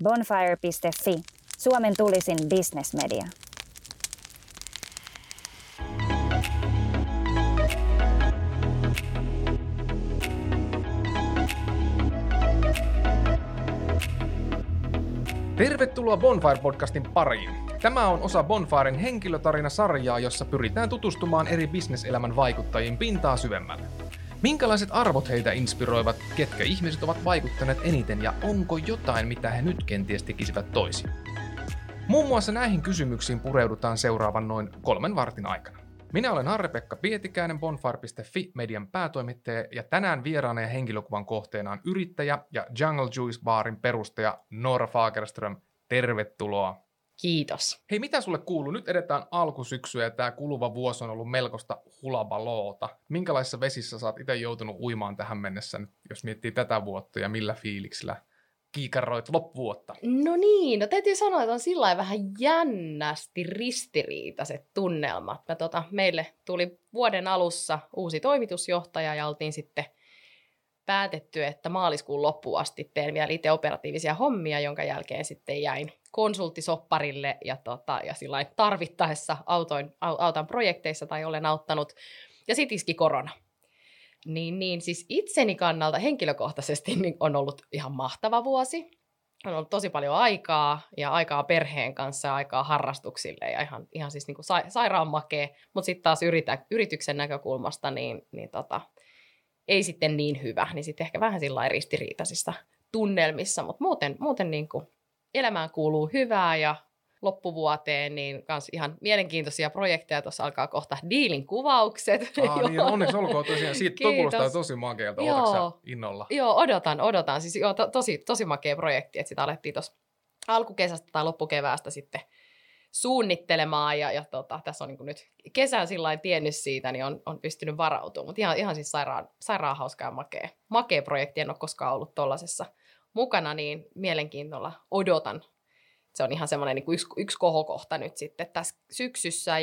Bonfire.fi, Suomen tulisin business-media. Tervetuloa Bonfire-podcastin pariin. Tämä on osa Bonfiren henkilötarinasarjaa, jossa pyritään tutustumaan eri bisneselämän vaikuttajiin pintaa syvemmälle. Minkälaiset arvot heitä inspiroivat, ketkä ihmiset ovat vaikuttaneet eniten ja onko jotain, mitä he nyt kenties tekisivät toisin? Muun muassa näihin kysymyksiin pureudutaan seuraavan noin 3 vartin aikana. Minä olen Harri-Pekka Pietikäinen, Bonfire.fi median päätoimittaja ja tänään vieraana ja henkilökuvan kohteena on yrittäjä ja Jungle Juice Barin perustaja Noora Fagerström. Tervetuloa. Kiitos. Hei, mitä sulle kuuluu? Nyt edetään alkusyksyä ja tämä kuluva vuosi on ollut melkoista hulabaloota. Minkälaisissa vesissä sä oot itse joutunut uimaan tähän mennessä, jos miettii tätä vuotta ja millä fiiliksillä kiikaroit loppuvuotta? No täytyy sanoa, että on sillä vähän jännästi ristiriitaiset tunnelmat. Meille tuli vuoden alussa uusi toimitusjohtaja ja oltiin sitten päätetty, että maaliskuun loppuun asti teen vielä itse operatiivisia hommia, jonka jälkeen sitten jäin konsulttisopparille ja sillain tarvittaessa autan projekteissa tai olen auttanut. Ja sitten iski korona. Niin siis itseni kannalta henkilökohtaisesti niin on ollut ihan mahtava vuosi. On ollut tosi paljon aikaa ja aikaa perheen kanssa ja aikaa harrastuksille ja ihan siis niin kuin sairaan makea. Mutta sitten taas yrityksen näkökulmasta niin ei sitten niin hyvä. Niin sitten ehkä vähän sillain ristiriitaisissa tunnelmissa. Mutta muuten niin kuin elämään kuuluu hyvää ja loppuvuoteen, niin kans ihan mielenkiintoisia projekteja. Tuossa alkaa kohta diilin kuvaukset. Niin, onneksi olkoon tosiaan. Siitä kuulostaa tosi makealta. Otatko sä innolla? Joo, odotan. Siis tosi makea projekti, että sitä alettiin tuossa alkukesästä tai loppukeväästä sitten suunnittelemaan. Ja tässä on niin nyt kesän sillain tiennyt siitä, niin on pystynyt varautumaan. Mutta ihan siis sairaan hauska ja makea projekti. En ole koskaan ollut tollasessa mukana, niin mielenkiinnolla odotan. Se on ihan semmoinen niin kuin yksi kohokohta nyt sitten tässä syksyssä.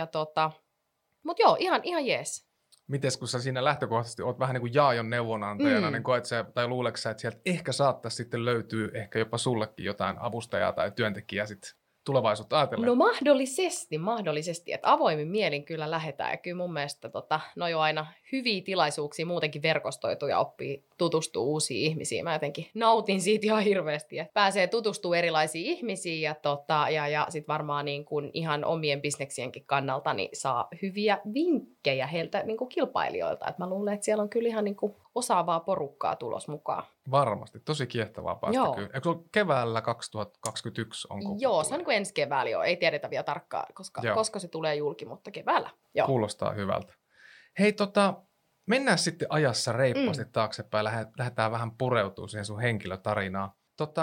Mutta joo, ihan jees. Mites kun sä siinä lähtökohtaisesti oot vähän niin kuin jaajon neuvonantajana, niin koet sä, tai luuleeko sä, että sieltä ehkä saattaisi sitten löytyy ehkä jopa sullekin jotain avustajaa tai työntekijää sitten tulevaisuutta ajatellen? No mahdollisesti, että avoimin mielin kyllä lähdetään. Ja kyllä mun mielestä no jo aina hyviä tilaisuuksia muutenkin verkostoituu ja oppii tutustua uusiin ihmisiin. Mä jotenkin nautin siitä ihan hirveästi, että pääsee tutustumaan erilaisiin ihmisiin ja sit varmaan niin kuin ihan omien bisneksienkin kannalta niin saa hyviä vinkkejä heiltä niin kuin kilpailijoilta. Et mä luulen, että siellä on kyllä ihan niin kuin osaavaa porukkaa tulos mukaan. Varmasti, tosi kiehtovaa päästä kyllä. Eikö se ole keväällä 2021? Joo, se on niin kuin ensi keväällä jo. Ei tiedetä vielä tarkkaan, koska se tulee julki, mutta keväällä. Joo. Kuulostaa hyvältä. Hei, mennään sitten ajassa reippaasti taaksepäin. Lähdetään vähän pureutumaan siihen sun henkilötarinaan.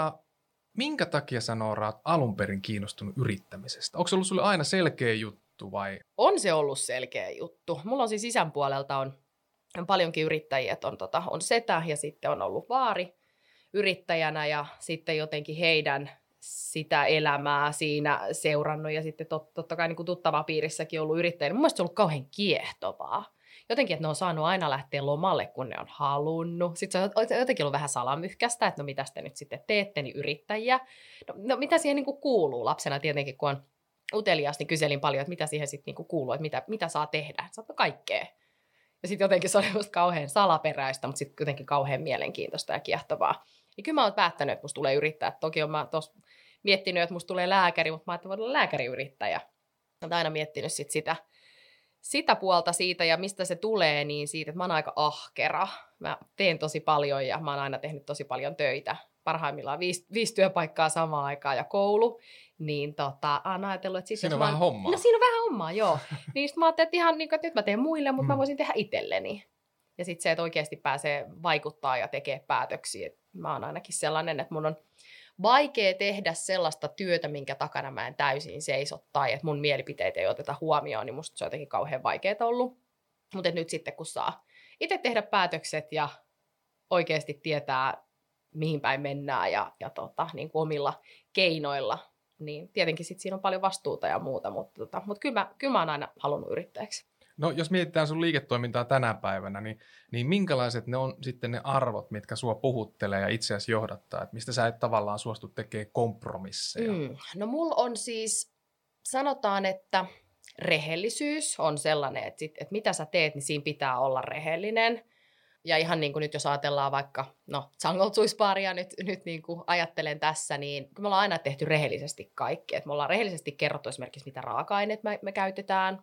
Minkä takia sä, Noora, oot alun perin kiinnostunut yrittämisestä? Onko se ollut sulle aina selkeä juttu vai? On se ollut selkeä juttu. Mulla on siis isän puolelta on paljonkin yrittäjiä, että on setä ja sitten on ollut vaari yrittäjänä ja sitten jotenkin heidän sitä elämää siinä seurannut ja sitten totta kai niin kuin tuttavapiirissäkin ollut yrittäjänä. Mun mielestä se on ollut kauhean kiehtovaa. Jotenkin, että ne on saanut aina lähteä lomalle, kun ne on halunnut. Sitten se on jotenkin ollut vähän salamyhkästä, että no mitä te nyt sitten teette, niin yrittäjiä. No mitä siihen niin kuin kuuluu lapsena tietenkin, kun on utelias, niin kyselin paljon, että mitä siihen sitten niin kuin kuuluu, että mitä saa tehdä. Sä kaikkea. Ja sitten jotenkin se oli musta kauhean salaperäistä, mutta sitten jotenkin kauhean mielenkiintoista ja kiehtovaa. Ja kyllä mä oon päättänyt, että musta tulee yrittää. Toki oon mä tuossa miettinyt, että musta tulee lääkäri, mutta mä ajattelin, että voin olla lääkäriyrittäjä. Olen aina miettinyt sitä puolta siitä ja mistä se tulee, niin siitä, että mä oon aika ahkera. Mä teen tosi paljon ja mä oon aina tehnyt tosi paljon töitä. Parhaimmillaan 5 työpaikkaa samaan aikaan ja koulu. Niin oon ajatellut, että siinä on vähän hommaa. No siinä on vähän hommaa, joo. Niin sitten mä ajattelin, että ihan niin kuin, että nyt mä teen muille, mutta mä voisin tehdä itselleni. Ja sitten se, että oikeasti pääsee vaikuttaa ja tekee päätöksiä. Et mä oon ainakin sellainen, että mun on vaikea tehdä sellaista työtä, minkä takana mä en täysin seiso, tai että mun mielipiteitä ei oteta huomioon, niin musta se on jotenkin kauhean vaikeaa ollut. Mutta nyt sitten, kun saa itse tehdä päätökset ja oikeasti tietää, mihin päin mennään ja niin kuin omilla keinoilla, niin tietenkin sitten siinä on paljon vastuuta ja muuta, mutta kyllä mä oon aina halunnut yrittäjäksi. No jos mietitään sun liiketoimintaa tänä päivänä, niin minkälaiset ne on sitten ne arvot, mitkä sua puhuttelee ja itse asiassa johdattaa, että mistä sä et tavallaan suostu tekemään kompromisseja? No mulla on siis, sanotaan, että rehellisyys on sellainen, että mitä sä teet, niin siinä pitää olla rehellinen. Ja ihan niin kuin nyt jos ajatellaan vaikka, Jungle Juice Baria nyt niin kuin ajattelen tässä, niin me ollaan aina tehty rehellisesti kaikki. Et me ollaan rehellisesti kerrottu esimerkiksi, mitä raaka-aineet me käytetään.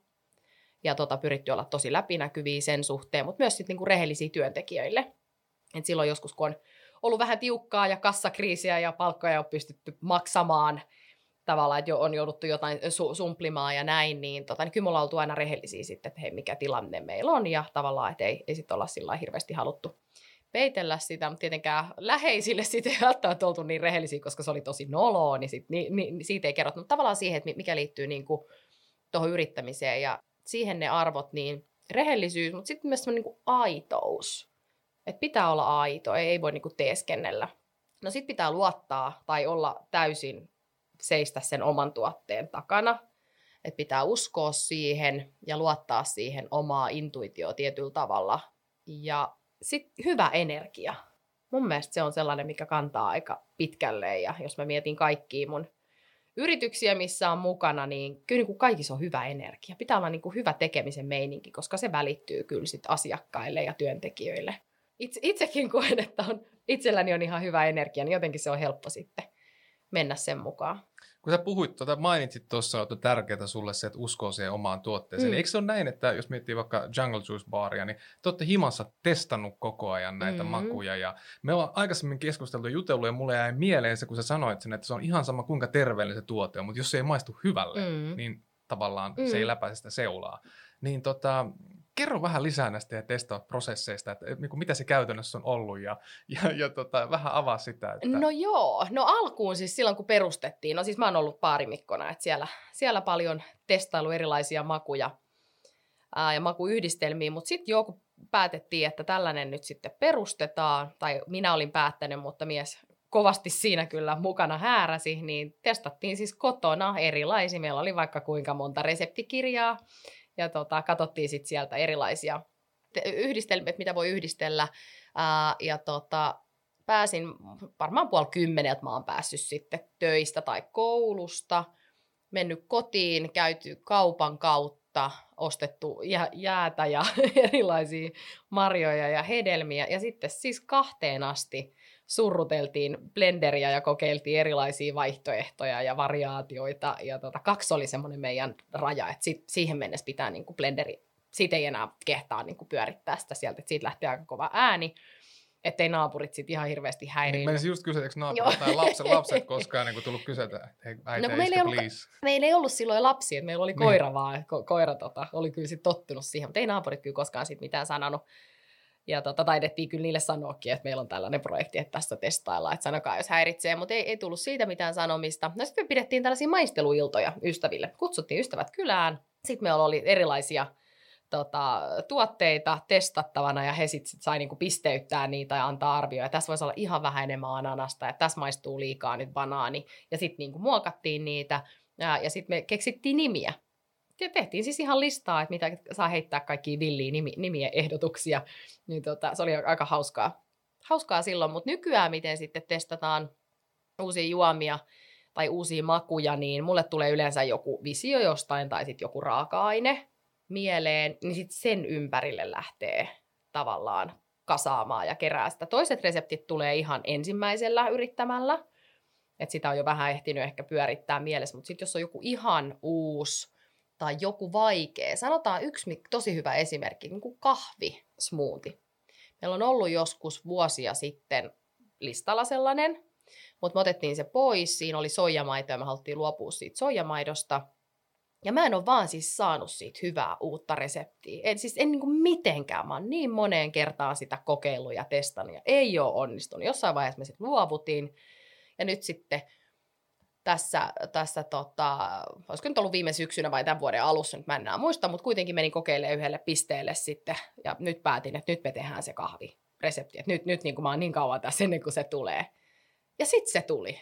Ja pyritty olla tosi läpinäkyviä sen suhteen, mutta myös sitten niin kuin rehellisiä työntekijöille. Et silloin joskus, kun on ollut vähän tiukkaa ja kassakriisiä ja palkkoja on pystytty maksamaan, tavallaan, että on jouduttu jotain sumplimaan ja näin, niin kyllä me ollaan oltu aina rehellisiä sitten, että hei, mikä tilanne meillä on, ja tavallaan, että ei sitten olla sillä hirveästi haluttu peitellä sitä, mutta tietenkään läheisille sitten ei välttämättä oltu niin rehellisiä, koska se oli tosi noloa, niin siitä ei kerrottu, mutta tavallaan siihen, että mikä liittyy niin kuin tuohon yrittämiseen, ja siihen ne arvot, niin rehellisyys, mutta sitten myös semmoinen niin kuin aitous, että pitää olla aito, ei voi niin kuin teeskennellä. No sitten pitää luottaa tai olla täysin seistä sen oman tuotteen takana, että pitää uskoa siihen ja luottaa siihen omaa intuitioon tietyllä tavalla. Ja sitten hyvä energia. Mun mielestä se on sellainen, mikä kantaa aika pitkälle, ja jos mä mietin kaikkia mun yrityksiä, missä on mukana, niin kyllä niin kuin kaikissa on hyvä energia. Pitää olla niin kuin hyvä tekemisen meininki, koska se välittyy kyllä sit asiakkaille ja työntekijöille. Itsekin koen, että itselläni on ihan hyvä energia, niin jotenkin se on helppo sitten mennä sen mukaan. Kun sä mainitsit tuossa, että on tärkeää sulle se, että uskoo siihen omaan tuotteeseen. Eikö se ole näin, että jos miettii vaikka Jungle Juice Baria, niin te olette himassa testannut koko ajan näitä makuja. Ja me ollaan aikaisemmin keskusteltu ja jutellut, ja mulle jäi mieleen se, kun sä sanoit sen, että se on ihan sama kuinka terveellinen se tuote on, mutta jos se ei maistu hyvälle, niin tavallaan se ei läpäise sitä seulaa. Niin kerro vähän lisää näistä testausprosesseista, että mitä se käytännössä on ollut, ja vähän avaa sitä. Että... No alkuun siis silloin, kun perustettiin, siis mä oon ollut baarimikkona, että siellä paljon testailu erilaisia makuja ja makuyhdistelmiä, mutta sitten kun päätettiin, että tällainen nyt sitten perustetaan, tai minä olin päättänyt, mutta mies kovasti siinä kyllä mukana hääräsi, niin testattiin siis kotona erilaisia. Meillä oli vaikka kuinka monta reseptikirjaa, ja katsottiin sitten sieltä erilaisia yhdistelmiä, mitä voi yhdistellä. Pääsin varmaan 9:30, mä oon päässyt sitten töistä tai koulusta, mennyt kotiin, käyty kaupan kautta, ostettu jäätä ja erilaisia marjoja ja hedelmiä. Ja sitten siis 2 asti surruteltiin blenderia ja kokeiltiin erilaisia vaihtoehtoja ja variaatioita. Ja 2 oli semmoinen meidän raja, että siihen mennessä pitää niin kuin blenderi, siitä ei enää kehtaa niin kuin pyörittää sitä sieltä, että siitä lähtee aika kova ääni, ettei naapurit sitten ihan hirveästi häirinyt. Menisin just kysyä, eikö naapurit tai lapset koskaan niin tullut kysytä, että hei äiti, meillä ei ollut silloin lapsia, että meillä oli koira vaan, koira oli kyllä sitten tottunut siihen, mutta ei naapurit kyllä koskaan sit mitään sanonut. Ja taidettiin kyllä niille sanoakin, että meillä on tällainen projekti, että tässä testaillaan, että sanokaa jos häiritsee, mutta ei tullut siitä mitään sanomista. No sitten me pidettiin tällaisia maisteluiltoja ystäville, kutsuttiin ystävät kylään, sitten meillä oli erilaisia tuotteita testattavana, ja he sitten sai niinku pisteyttää niitä ja antaa arvioja. Tässä voisi olla ihan vähän enemmän ananasta, ja tässä maistuu liikaa nyt banaani. Ja sitten niinku muokattiin niitä, ja sitten me keksittiin nimiä. Ja tehtiin siis ihan listaa, että mitä saa heittää kaikkia villiä nimien ehdotuksia. Niin se oli aika hauskaa silloin, mutta nykyään miten sitten testataan uusia juomia tai uusia makuja, niin mulle tulee yleensä joku visio jostain tai sitten joku raaka-aine mieleen, niin sitten sen ympärille lähtee tavallaan kasaamaan ja kerää sitä. Toiset reseptit tulee ihan ensimmäisellä yrittämällä, että sitä on jo vähän ehtinyt ehkä pyörittää mielessä, mutta sitten jos on joku ihan uusi tai joku vaikea, sanotaan yksi tosi hyvä esimerkki, niin kuin kahvismoothie. Meillä on ollut joskus vuosia sitten listalla sellainen, mutta me otettiin se pois, siinä oli soijamaito ja me haluttiin luopua siitä soijamaidosta. Ja mä en ole vaan siis saanut siitä hyvää uutta reseptiä. En niin kuin mitenkään. Mä oon niin moneen kertaan sitä kokeillut ja testannut ja ei ole onnistunut. Jossain vaiheessa me sitten luovutin. Ja nyt sitten tässä olisiko nyt ollut viime syksynä vai tämän vuoden alussa, nyt mä en enää muista, mutta kuitenkin menin kokeilemaan yhdelle pisteelle sitten. Ja nyt päätin, että nyt me tehdään se kahviresepti. Että nyt niin kuin mä oon niin kauan tässä ennen kuin se tulee. Ja sitten se tuli.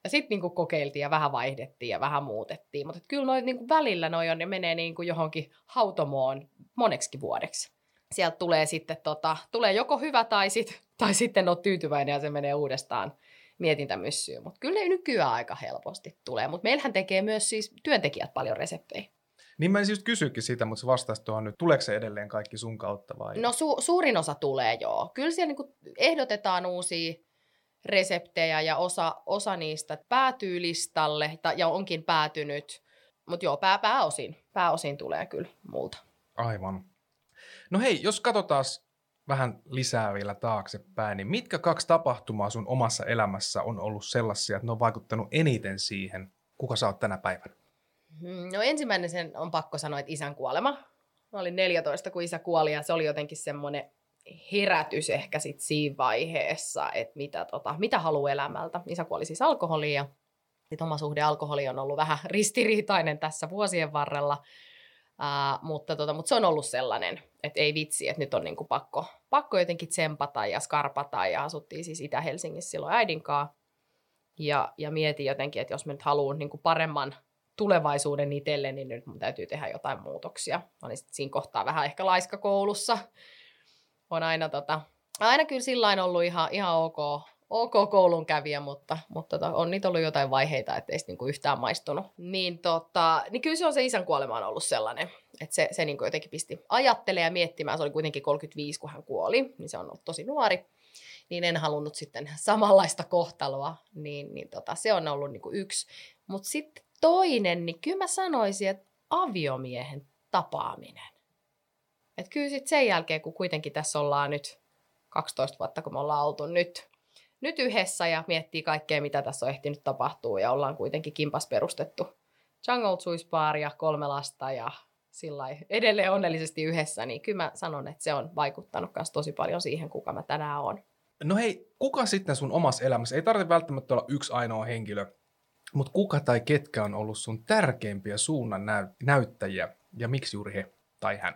Ja sitten niinku kokeiltiin ja vähän vaihdettiin ja vähän muutettiin. Mutta kyllä noi niinku välillä ne menee niinku johonkin hautomoon moneksi vuodeksi. Sieltä tulee sitten tulee joko hyvä tai sitten oot tyytyväinen ja se menee uudestaan mietintämyssyyn. Mutta kyllä ne nykyään aika helposti tulee. Mutta meillähän tekee myös siis työntekijät paljon reseptejä. Niin mä en just kysykin sitä, mutta se vastaisi tuohon nyt. Tuleeko se edelleen kaikki sun kautta vai? No suurin osa tulee joo. Kyllä siellä niinku ehdotetaan uusia reseptejä ja osa niistä päätyy listalle ja onkin päätynyt. Mutta joo, pääosin tulee kyllä multa. Aivan. No hei, jos katsotaan vähän lisää vielä taaksepäin, niin mitkä 2 tapahtumaa sun omassa elämässä on ollut sellaisia, että ne on vaikuttanut eniten siihen, kuka sä oot tänä päivänä? No ensimmäinen sen on pakko sanoa, että isän kuolema. Mä olin 14, kun isä kuoli ja se oli jotenkin semmoinen herätys ehkä sit siinä vaiheessa, että mitä haluaa elämältä. Isä kuoli siis alkoholiin ja sit oma suhde alkoholi on ollut vähän ristiriitainen tässä vuosien varrella. Mutta se on ollut sellainen, että ei vitsi, että nyt on niinku pakko jotenkin tsempata ja skarpata ja asuttiin siis Itä-Helsingissä silloin äidinkaan. Ja mietin jotenkin, että jos mä nyt haluan niinku paremman tulevaisuuden itselle, niin nyt mun täytyy tehdä jotain muutoksia. Mä olin siinä kohtaa vähän ehkä laiska koulussa. On aina kyllä sillain ollut ihan ok koulun kävijä, mutta on niitä ollut jotain vaiheita, ettei sitten niinku yhtään maistunut. Niin kyllä se on se isän kuolema on ollut sellainen, että se niinku jotenkin pisti ajattelemaan ja miettimään. Se oli kuitenkin 35, kun hän kuoli, niin se on ollut tosi nuori. Niin en halunnut sitten samanlaista kohtaloa, niin se on ollut niinku yksi. Mutta sitten toinen, niin kyllä mä sanoisin, että aviomiehen tapaaminen. Että kyllä sitten sen jälkeen, kun kuitenkin tässä ollaan nyt 12 vuotta, kun me ollaan oltu nyt yhdessä ja miettii kaikkea, mitä tässä on ehtinyt tapahtua ja ollaan kuitenkin kimpas perustettu Jungle Juice Bar ja 3 lasta ja sillai edelleen onnellisesti yhdessä, niin kyllä mä sanon, että se on vaikuttanut myös tosi paljon siihen, kuka mä tänään oon. No hei, kuka sitten sun omassa elämässä, ei tarvitse välttämättä olla yksi ainoa henkilö, mutta kuka tai ketkä on ollut sun tärkeimpiä suunnan näyttäjiä ja miksi juuri he tai hän?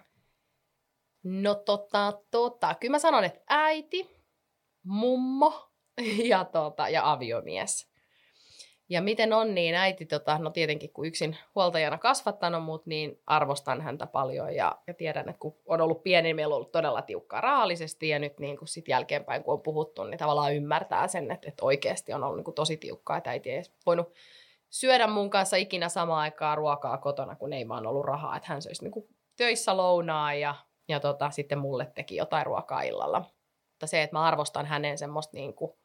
No kyllä mä sanon, että äiti, mummo ja aviomies. Ja miten on, niin äiti, no tietenkin kun yksin huoltajana kasvattanut mut, niin arvostan häntä paljon ja tiedän, että kun on ollut pieni, niin meillä on ollut todella tiukkaa rahallisesti ja nyt niin kun sit jälkeenpäin, kun on puhuttu, niin tavallaan ymmärtää sen, että oikeasti on ollut niin kuin tosi tiukkaa, että äiti ei voinut syödä mun kanssa ikinä samaan aikaan ruokaa kotona, kun ei vaan ollut rahaa, että hän söisi niin kuin töissä lounaa ja sitten mulle teki jotain ruokaa illalla. Mutta se, että mä arvostan hänen semmoista niin kuin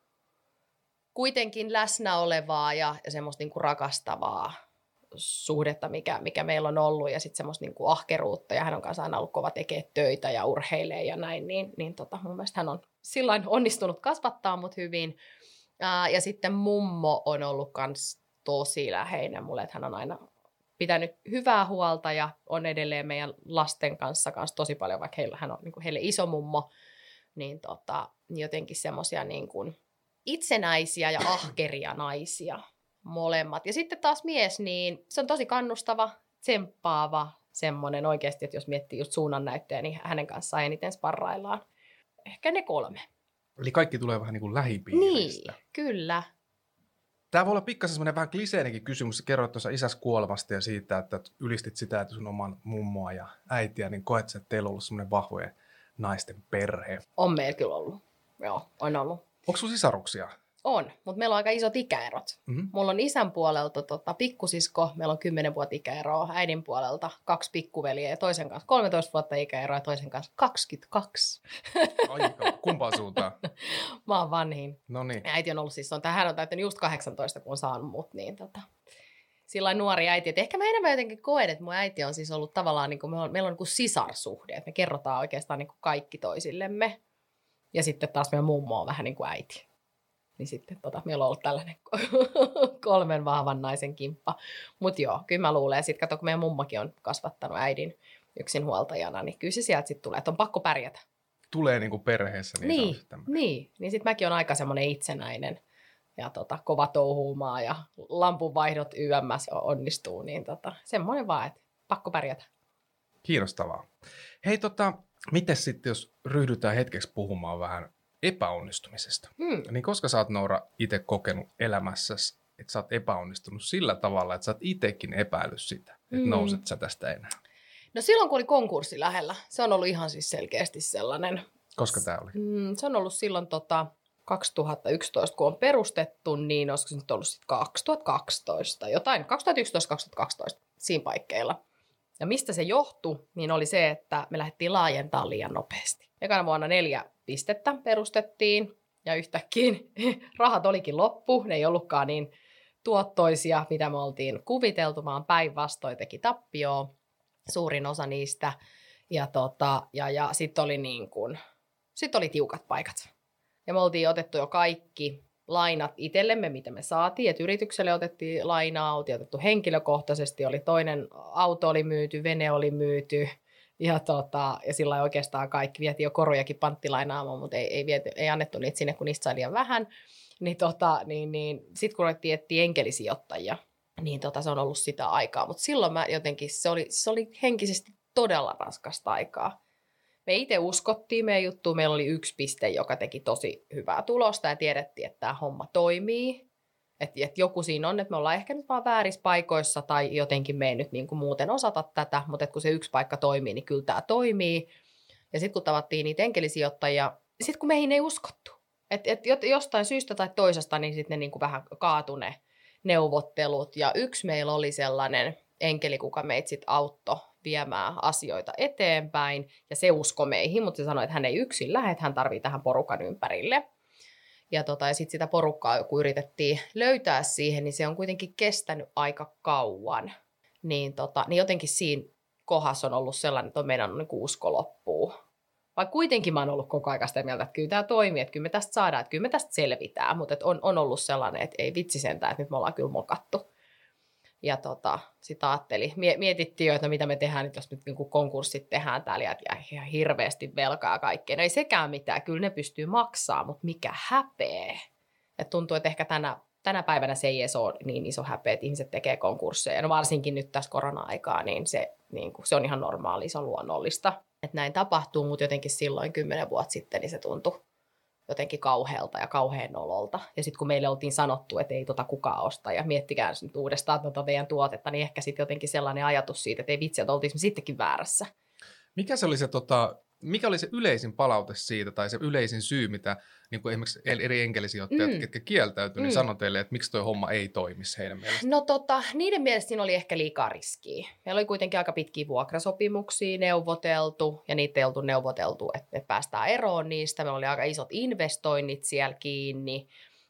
kuitenkin läsnä olevaa ja semmoista niin kuin rakastavaa suhdetta, mikä meillä on ollut, ja sitten semmoista niin kuin ahkeruutta, ja hän on kanssa aina ollut kova tekee töitä ja urheilee ja näin, niin mun mielestä hän on sillain onnistunut kasvattaa mut hyvin. Ja sitten mummo on ollut kans tosi läheinen mulle, että hän on aina pitänyt hyvää huolta ja on edelleen meidän lasten kanssa tosi paljon, vaikka hän on niin kuin heille iso mummo, niin jotenkin semmoisia niin kuin itsenäisiä ja ahkeria naisia molemmat. Ja sitten taas mies, niin se on tosi kannustava, tsemppaava, semmoinen oikeasti, että jos miettii just suunnannäyttäjä, niin hänen kanssaan eniten sparraillaan. Ehkä ne 3. Eli kaikki tulee vähän niin kuin lähipiiristä. Niin, kyllä. Tämä voi olla pikkasen semmoinen vähän kliseenekin kysymys. Kerroit tuossa isäs kuolemasta ja siitä, että ylistit sitä, että sun oman mummoa ja äitiä, niin koet sä, että teillä on ollut semmoinen vahvojen naisten perhe? On meillä kyllä ollut. Joo, on ollut. Onko sun sisaruksia? On, mutta meillä on aika isot ikäerot. Mm-hmm. Mulla on isän puolelta pikkusisko, meillä on 10 vuotta ikäeroa, äidin puolelta 2 pikkuveliä ja toisen kanssa 13 vuotta ikäeroa ja toisen kanssa 22. Aika, kumpaan suuntaan? Mä oon vanhin. Noniin. Äiti on ollut siis, hän on täyttänyt just 18, kun on saanut mut, niin sillain nuori äiti. Et ehkä mä enemmän jotenkin koen, että mun äiti on siis ollut tavallaan, niin kuin, meillä on niin kuin sisarsuhde, että me kerrotaan oikeastaan niin kuin kaikki toisillemme. Ja sitten taas meidän mummo on vähän niin kuin äiti. Niin sitten meillä on ollut tällainen 3 vahvan naisen kimppa. Mutta joo, kyllä mä luulen. Sitten kato, kun meidän mummakin on kasvattanut äidin yksinhuoltajana, niin kyllä se sieltä sitten tulee, että on pakko pärjätä. Tulee niin kuin perheessä. Niin sitten mäkin on aika semmoinen itsenäinen ja kova touhuumaa ja lampunvaihdot YMS onnistuu. Niin semmoinen vaan, että pakko pärjätä. Kiinnostavaa. Hei, miten sitten, jos ryhdytään hetkeksi puhumaan vähän epäonnistumisesta. Niin koska sä oot, Noora, itse kokenut elämässäsi, että sä oot epäonnistunut sillä tavalla, että sä oot itsekin epäillyt sitä, että nouset sä tästä enää? No silloin, kun oli konkurssi lähellä, se on ollut ihan siis selkeästi sellainen. Koska tää oli? Se on ollut silloin 2011, kun on perustettu, niin olisiko se nyt ollut sitten 2012, jotain 2011-2012 siinä paikkeilla. Ja mistä se johtui, niin oli se, että me lähdettiin laajentamaan liian nopeasti. Ekana vuonna 4 pistettä perustettiin ja yhtäkkiä rahat olikin loppu. Ne ei ollutkaan niin tuottoisia, mitä me oltiin kuviteltu, vaan päinvastoin teki tappioon suurin osa niistä. Ja sitten oli, sit oli tiukat paikat. Ja me oltiin otettu jo kaikki lainat itsellemme, mitä me saatiin. Et yritykselle otettiin lainaa, oltiin otettu henkilökohtaisesti, oli toinen auto oli myyty, vene oli myyty. Ja sillä oikeastaan kaikki vietiin jo korujakin panttilainaamaan, mutta ei annettu niitä sinne, kun niistä sai liian vähän. Sitten kun ruvettiin etsiä enkelisijoittajia, niin se on ollut sitä aikaa. Mutta silloin mä jotenkin, se oli henkisesti todella raskasta aikaa. Me itse uskottiin meidän juttuun. Meillä oli 1 piste, joka teki tosi hyvää tulosta ja tiedettiin, että tämä homma toimii. Että joku siinä on, että me ollaan ehkä nyt vaan väärissä paikoissa tai jotenkin me ei nyt niin kuin muuten osata tätä, mutta kun se 1 paikka toimii, niin kyllä tämä toimii. Ja sitten kun tavattiin niitä enkelisijoittajia, sitten kun meihin ei uskottu. Että jostain syystä tai toisesta, niin sitten ne niin kuin vähän kaatui ne neuvottelut. Ja yksi meillä oli sellainen enkeli, kuka meitä sitten auttoi viemään asioita eteenpäin. Ja se uskoi meihin, mutta se sanoi, että hän ei yksin lähde, että hän tarvitsee tähän porukan ympärille. Ja sitten sitä porukkaa, kun yritettiin löytää siihen, niin se on kuitenkin kestänyt aika kauan. Niin jotenkin siinä kohdassa on ollut sellainen, että meidän on niin usko loppuu. Vaikka kuitenkin mä oon ollut koko ajan sitä mieltä, että kyllä tämä toimii, että kyllä me tästä saadaan, että kyllä me tästä selvitään. Mutta on ollut sellainen, että ei vitsi sentään, että nyt me ollaan kyllä mokattu. Ja sitten mietittiin jo, että mitä me tehdään nyt, jos nyt niin konkurssit tehdään täällä ja ihan hirveästi velkaa ja kaikkea. No ei sekään mitään, kyllä ne pystyy maksaa, mutta mikä häpeä. Et tuntuu, että ehkä tänä päivänä se ei edes ole niin iso häpeä, että ihmiset tekee konkursseja. No varsinkin nyt tässä korona-aikaa, niin se on ihan normaali, se on luonnollista. Että näin tapahtuu, mutta jotenkin silloin 10 vuotta sitten niin se tuntui jotenkin kauhealta ja kauhean nololta. Ja sitten kun meille oltiin sanottu, että ei kukaan osta ja miettikää nyt uudestaan teidän tuotetta, niin ehkä sitten jotenkin sellainen ajatus siitä, että ei vitsi, että oltiin sittenkin väärässä. Mikä oli se yleisin palaute siitä tai se yleisin syy, mitä niin kuin esimerkiksi eri enkelisijoittajat, ketkä kieltäytyi, niin sanoi teille, että miksi toi homma ei toimisi heidän mielestään? No niiden mielestä siinä oli ehkä liikaa riskiä. Meillä oli kuitenkin aika pitkiä vuokrasopimuksia neuvoteltu ja niitä ei oltu neuvoteltu, että me päästään eroon niistä. Meillä oli aika isot investoinnit siellä kiinni.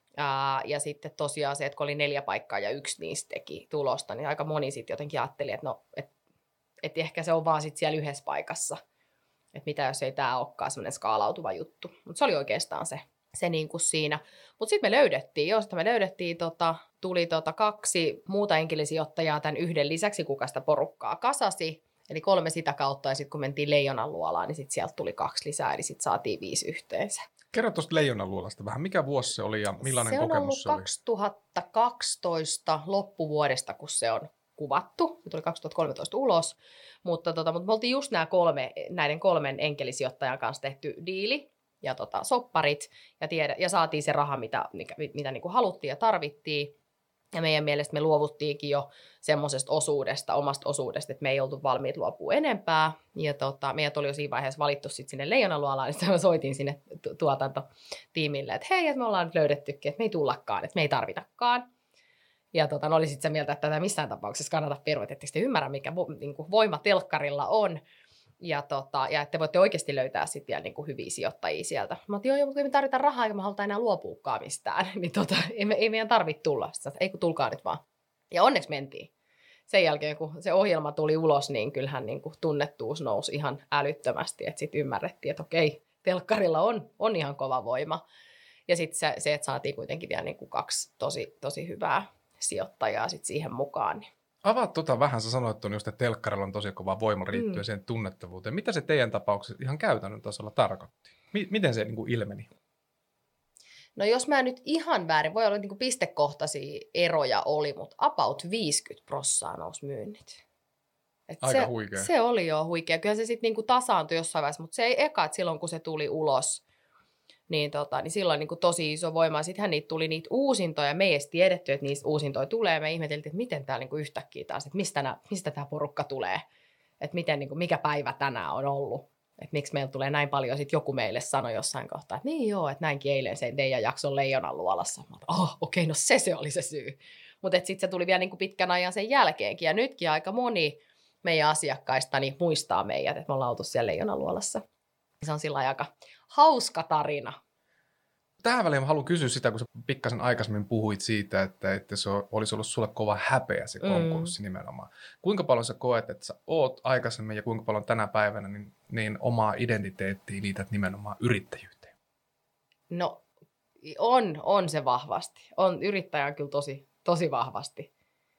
Ja sitten tosiaan se, että kun oli 4 paikkaa ja 1 niistä teki tulosta, niin aika moni sitten jotenkin ajatteli, että ehkä se on vaan sitten siellä yhdessä paikassa. Että mitä jos ei tämä olekaan semmoinen skaalautuva juttu. Mutta se oli oikeastaan se niin kuin siinä. Mutta sitten me löydettiin, tuli 2 muuta enkelisijoittajaa tämän 1 lisäksi, kuka sitä porukkaa kasasi. Eli 3 sitä kautta ja sitten kun mentiin Leijonan luolaan, niin sitten sieltä tuli 2 lisää, eli sitten saatiin 5 yhteensä. Kerro tuosta Leijonan luolasta vähän. Mikä vuosi se oli ja millainen kokemus se oli? Se on ollut 2012 loppuvuodesta, kun se on kuvattu. Se tuli 2013 ulos, mutta me oltiin just näiden 3 enkelisijoittajan kanssa tehty diili ja sopparit ja saatiin se raha, mitä niin kuin haluttiin ja tarvittiin. Ja meidän mielestä me luovuttiinkin jo semmoisesta omasta osuudesta, että me ei oltu valmiit luopua enempää. Ja meidät oli jo siinä vaiheessa valittu sit sinne Leijonan luolaan, niin sitten soitin sinne tuotantotiimille, että hei, että me ollaan nyt löydettykin, että me ei tullakaan, että me ei tarvitakaan. Ja ne oli sitten se mieltä, että tätä missään tapauksessa kannata perua, että te ymmärrä, mikä voima telkkarilla on. Ja että te voitte oikeasti löytää sitten vielä niin kuin hyviä sijoittajia sieltä. Mä otin, joo, mutta ei me tarvita rahaa, eikä me haluta enää luopuukaan mistään. Niin ei meidän tarvitse tulla. Sitten, ei kun tulkaa nyt vaan. Ja onneksi mentiin. Sen jälkeen, kun se ohjelma tuli ulos, niin kyllähän niin kuin tunnettuus nousi ihan älyttömästi. Että sitten ymmärrettiin, että okei, telkkarilla on ihan kova voima. Ja sitten se, että saatiin kuitenkin vielä niin kuin 2 tosi hyvää sijoittajaa sit siihen mukaan. Niin. Avaat vähän, sä sanoit just, että telkkarilla on tosi kova voima liittyen siihen tunnettavuuteen. Mitä se teidän tapauksessa ihan käytännön tasolla tarkoitti? Miten se niin kuin ilmeni? No jos mä nyt ihan väärin, voi olla niin kuin pistekohtaisia eroja oli, mutta about 50% nousi myynnit. Aika huikea. Se oli jo huikea. Kyllä se sitten niin kuin tasaantui jossain vaiheessa, mutta se ei eka, että silloin kun se tuli ulos, niin silloin niin kuin tosi iso voima. Sittenhän niitä tuli niitä uusintoja. Me ei edes tiedetty, että niistä uusintoja tulee. Me ihmeteltiin, että miten täällä niin kuin yhtäkkiä taas, että mistä tämä porukka tulee. Että miten, niin kuin, mikä päivä tänään on ollut. Että miksi meillä tulee näin paljon. Sitten joku meille sanoi jossain kohtaa, että niin joo, että näinkin eilen se teidän jakson Leijonan luolassa. Mä okei, no se oli se syy. Mutta sitten se tuli vielä niin kuin pitkän ajan sen jälkeenkin. Ja nytkin aika moni meidän asiakkaistani muistaa meidät, että me ollaan oltu siellä Leijonan luolassa. Se on sillä aika hauska tarina. Tähän väliin mä haluan kysyä sitä, kun sä pikkasen aikaisemmin puhuit siitä, että se olisi ollut sulle kova häpeä se konkurssi nimenomaan. Kuinka paljon sä koet, että sä oot aikaisemmin ja kuinka paljon tänä päivänä niin omaa identiteettiä liität nimenomaan yrittäjyyteen? No on se vahvasti. Yrittäjä on kyllä tosi vahvasti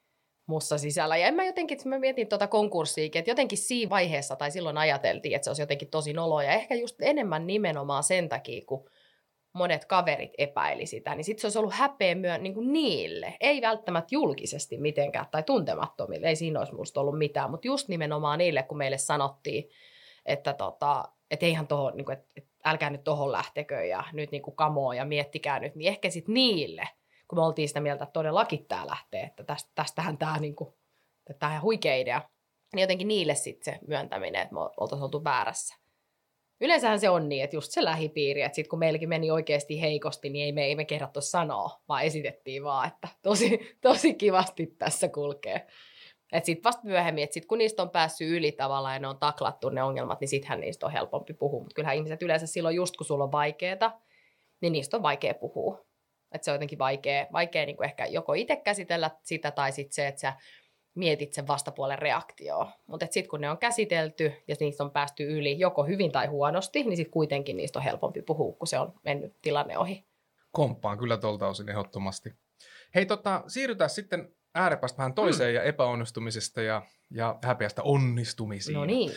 mussa sisällä. Ja mä mietin tuota konkurssiikin, että jotenkin siinä vaiheessa tai silloin ajateltiin, että se olisi jotenkin tosi noloa. Ja ehkä just enemmän nimenomaan sen takia, kun monet kaverit epäili sitä, niin sitten se olisi ollut häpeä myös niin kuin niille. Ei välttämättä julkisesti mitenkään tai tuntemattomille, ei siinä olisi musta ollut mitään, mutta just nimenomaan niille, kun meille sanottiin, että eihän tohon, niin kuin, että älkää nyt tohon lähtekö ja nyt niin kuin kamoo ja miettikää nyt, niin ehkä sitten niille, kun me oltiin sitä mieltä, että todellakin tämä lähtee, että tästähän tämä niin kuin, tämä on ihan huikea idea, niin jotenkin niille sitten se myöntäminen, että me oltaisiin oltu väärässä. Yleensähän se on niin, että just se lähipiiri, että sitten kun meilläkin meni oikeasti heikosti, niin ei me kehdattu sanoa, vaan esitettiin vaan, että tosi kivasti tässä kulkee. Että sitten vasta myöhemmin, että sitten kun niistä on päässyt yli tavallaan ja ne on taklattu ne ongelmat, niin sittenhän niistä on helpompi puhua. Mutta kyllähän ihmiset yleensä silloin just kun sulla on vaikeaa, niin niistä on vaikea puhua. Että se on jotenkin vaikea niin kuin ehkä joko itse käsitellä sitä tai sitten se, että sä mietit sen vastapuolen reaktioon. Mutta sitten kun ne on käsitelty ja niistä on päästy yli joko hyvin tai huonosti, niin sitten kuitenkin niistä on helpompi puhua, kun se on mennyt tilanne ohi. Komppaan kyllä tuolta osin ehdottomasti. Hei, siirrytään sitten ääripäästä vähän toiseen ja epäonnistumisesta ja häpeästä onnistumisiin. No niin.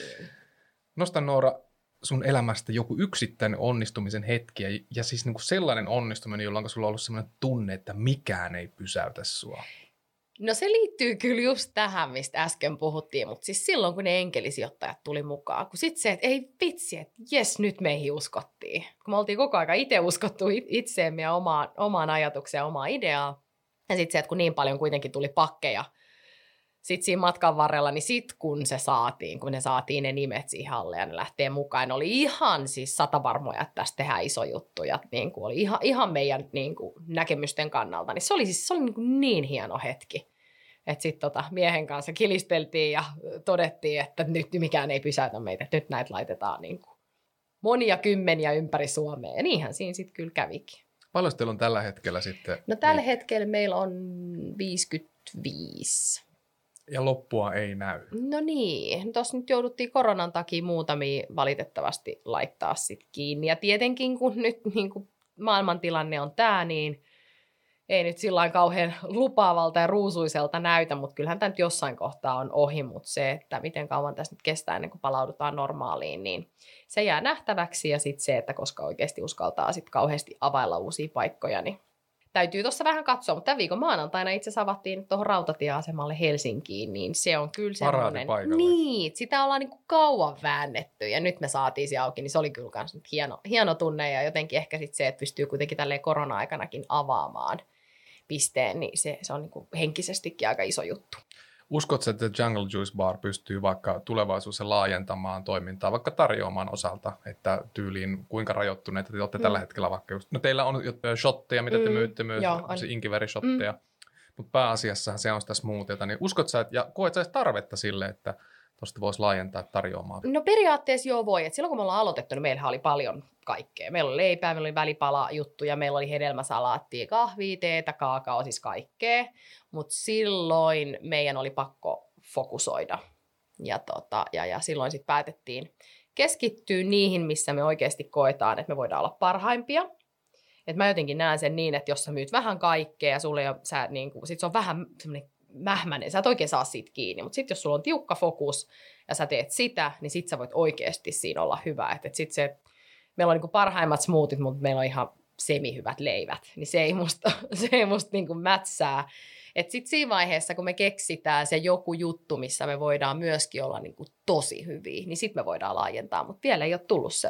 Nosta Noora sun elämästä joku yksittäinen onnistumisen hetki ja siis niinku sellainen onnistuminen, jolloin sulla on ollut sellainen tunne, että mikään ei pysäytä sua. No se liittyy kyllä just tähän, mistä äsken puhuttiin, mutta siis silloin, kun ne enkelisijoittajat tuli mukaan, kun sitten se, että ei vitsi, että jes, nyt meihin uskottiin. Kun me oltiin koko aika itse uskottu itseemme ja omaan ajatukseen ja omaan ideaan. Ja sitten se, että kun niin paljon kuitenkin tuli pakkeja sitten siinä matkan varrella, niin sitten kun ne saatiin ne nimet siihen alle ja ne lähtee mukaan, ne oli ihan siis satavarmoja, että tästä tehdään iso juttu ja niin kuin oli ihan meidän niin kuin näkemysten kannalta. Niin se oli niin hieno hetki, että sitten miehen kanssa kilisteltiin ja todettiin, että nyt mikään ei pysäytä meitä, että nyt näitä laitetaan niin kuin monia kymmeniä ympäri Suomea. Ja niinhän siinä sitten kyllä kävikin. Paljon teillä on tällä hetkellä sitten? No tällä hetkellä meillä on 55. Ja loppua ei näy. No niin, tuossa nyt jouduttiin koronan takia muutamia valitettavasti laittaa sitten kiinni. Ja tietenkin kun nyt niin kun maailmantilanne on tämä, niin ei nyt sillain kauhean lupaavalta ja ruusuiselta näytä, mutta kyllähän tämä nyt jossain kohtaa on ohi. Mutta se, että miten kauan tässä nyt kestää ennen kuin palaudutaan normaaliin, niin se jää nähtäväksi. Ja sitten se, että koska oikeasti uskaltaa sitten kauheasti availla uusia paikkoja, niin täytyy tuossa vähän katsoa, mutta tämän viikon maanantaina itse asiassa avattiin tuohon rautatieasemalle Helsinkiin, niin se on kyllä semmoinen. Niin, sitä ollaan niin kuin kauan väännetty ja nyt me saatiin se auki, niin se oli kyllä myös hieno tunne ja jotenkin ehkä sitten se, että pystyy kuitenkin tälleen korona-aikanakin avaamaan pisteen, niin se on niin kuin henkisestikin aika iso juttu. Uskotko, että Jungle Juice Bar pystyy vaikka tulevaisuudessa laajentamaan toimintaa, vaikka tarjoamaan osalta, että tyyliin kuinka rajoittuneita te olette tällä hetkellä vaikka just, no teillä on shotteja, mitä te myytte myös, inkiveri-shotteja, mutta pääasiassa se on sitä smoothieta, niin uskotko sä, ja koet sä tarvetta sille, että tuosta voisi laajentaa tarjoamaan? No periaatteessa joo voi, että silloin kun me ollaan aloitettu, niin meillähän oli paljon kaikkea. Meillä oli leipää, meillä oli välipala-juttuja, meillä oli hedelmäsalaattia, kahvia, teetä, kaakao, siis kaikkea. Mutta silloin meidän oli pakko fokusoida. Ja silloin sitten päätettiin keskittyä niihin, missä me oikeasti koetaan, että me voidaan olla parhaimpia. Et mä jotenkin näen sen niin, että jos sä myyt vähän kaikkea ja sulle sit se on vähän semmoinen mähmäinen, sä et oikein saa siitä kiinni. Mutta sitten jos sulla on tiukka fokus ja sä teet sitä, niin sit sä voit oikeasti siinä olla hyvä. Meillä on niinku parhaimmat smoothit, mutta meillä on ihan semihyvät leivät, niin se ei musta niinku mätsää. Että sitten siinä vaiheessa, kun me keksitään se joku juttu, missä me voidaan myöskin olla niinku tosi hyviä, niin sitten me voidaan laajentaa, mutta vielä ei ole tullut sellaista.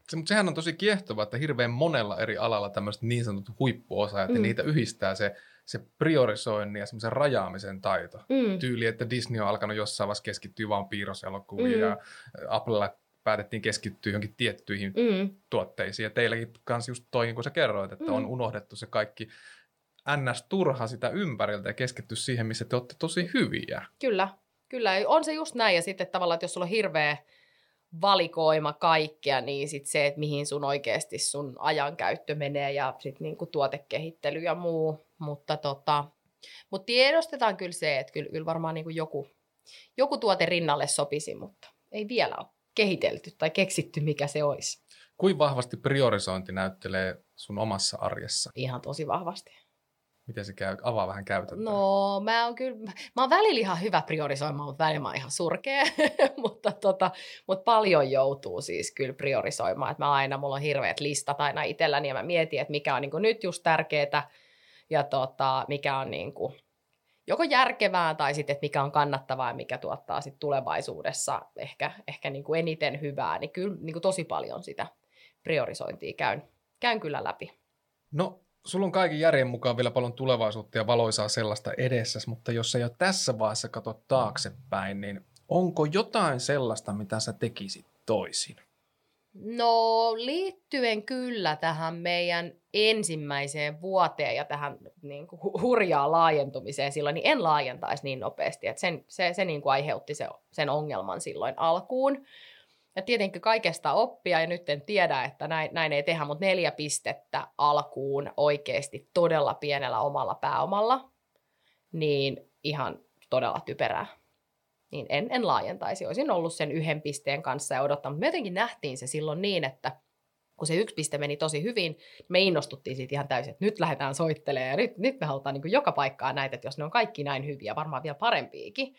Mutta sehän on tosi kiehtovaa, että hirveän monella eri alalla tämmöiset niin sanotut huippuosaajat, ja niitä yhdistää se priorisoinnin ja semmoisen rajaamisen taito. Tyyli, että Disney on alkanut jossain vaiheessa keskittyä vaan piirroselokuviin, ja Applella päätettiin keskittyä johonkin tiettyihin tuotteisiin. Ja teilläkin kanssa just toi, kun sä kerroit, että on unohdettu se kaikki NS-turha sitä ympäriltä ja keskitty siihen, missä te olette tosi hyviä. Kyllä. On se just näin. Ja sitten tavallaan, että jos sulla on hirveä valikoima kaikkea, niin sitten se, että mihin sun oikeasti sun ajankäyttö menee ja sitten niinku tuotekehittely ja muu. Mutta tiedostetaan kyllä se, että kyllä varmaan niinku joku tuote rinnalle sopisi, mutta ei vielä ole kehitelty tai keksitty, mikä se olisi. Kuinka vahvasti priorisointi näyttelee sun omassa arjessa? Ihan tosi vahvasti. Miten se käy? Avaa vähän käytäntöä. No, mä oon välillä ihan hyvä priorisoimaan, mutta välillä mä oon ihan surkea. mutta paljon joutuu siis kyllä priorisoimaan. Että mulla on hirveät listat aina itselläni ja mä mietin, että mikä on niin kuin nyt just tärkeää ja mikä on niin kuin joko järkevää tai sitten, että mikä on kannattavaa ja mikä tuottaa sitten tulevaisuudessa ehkä niin kuin eniten hyvää. Niin kyllä niin kuin tosi paljon sitä priorisointia käyn kyllä läpi. No, sulla on kaiken järjen mukaan vielä paljon tulevaisuutta ja valoisaa sellaista edessäsi, mutta jos sä jo tässä vaiheessa katsot taaksepäin, niin onko jotain sellaista, mitä sä tekisit toisin? No, liittyen kyllä tähän meidän ensimmäiseen vuoteen ja tähän niin kuin hurjaa laajentumiseen silloin, niin en laajentaisi niin nopeasti. Että se niin kuin aiheutti sen ongelman silloin alkuun. Ja tietenkin kaikesta oppia, ja nyt en tiedä, että näin ei tehdä, mutta 4 pistettä alkuun oikeasti todella pienellä omalla pääomalla, niin ihan todella typerää. Niin en laajentaisi. Olisin ollut sen 1 pisteen kanssa ja odottanut. Me jotenkin nähtiin se silloin niin, että kun se 1 piste meni tosi hyvin, me innostuttiin siitä ihan täysin, että nyt lähdetään soittelemaan ja nyt me halutaan niin kuin joka paikkaan näitä, että jos ne on kaikki näin hyviä, varmaan vielä parempiakin.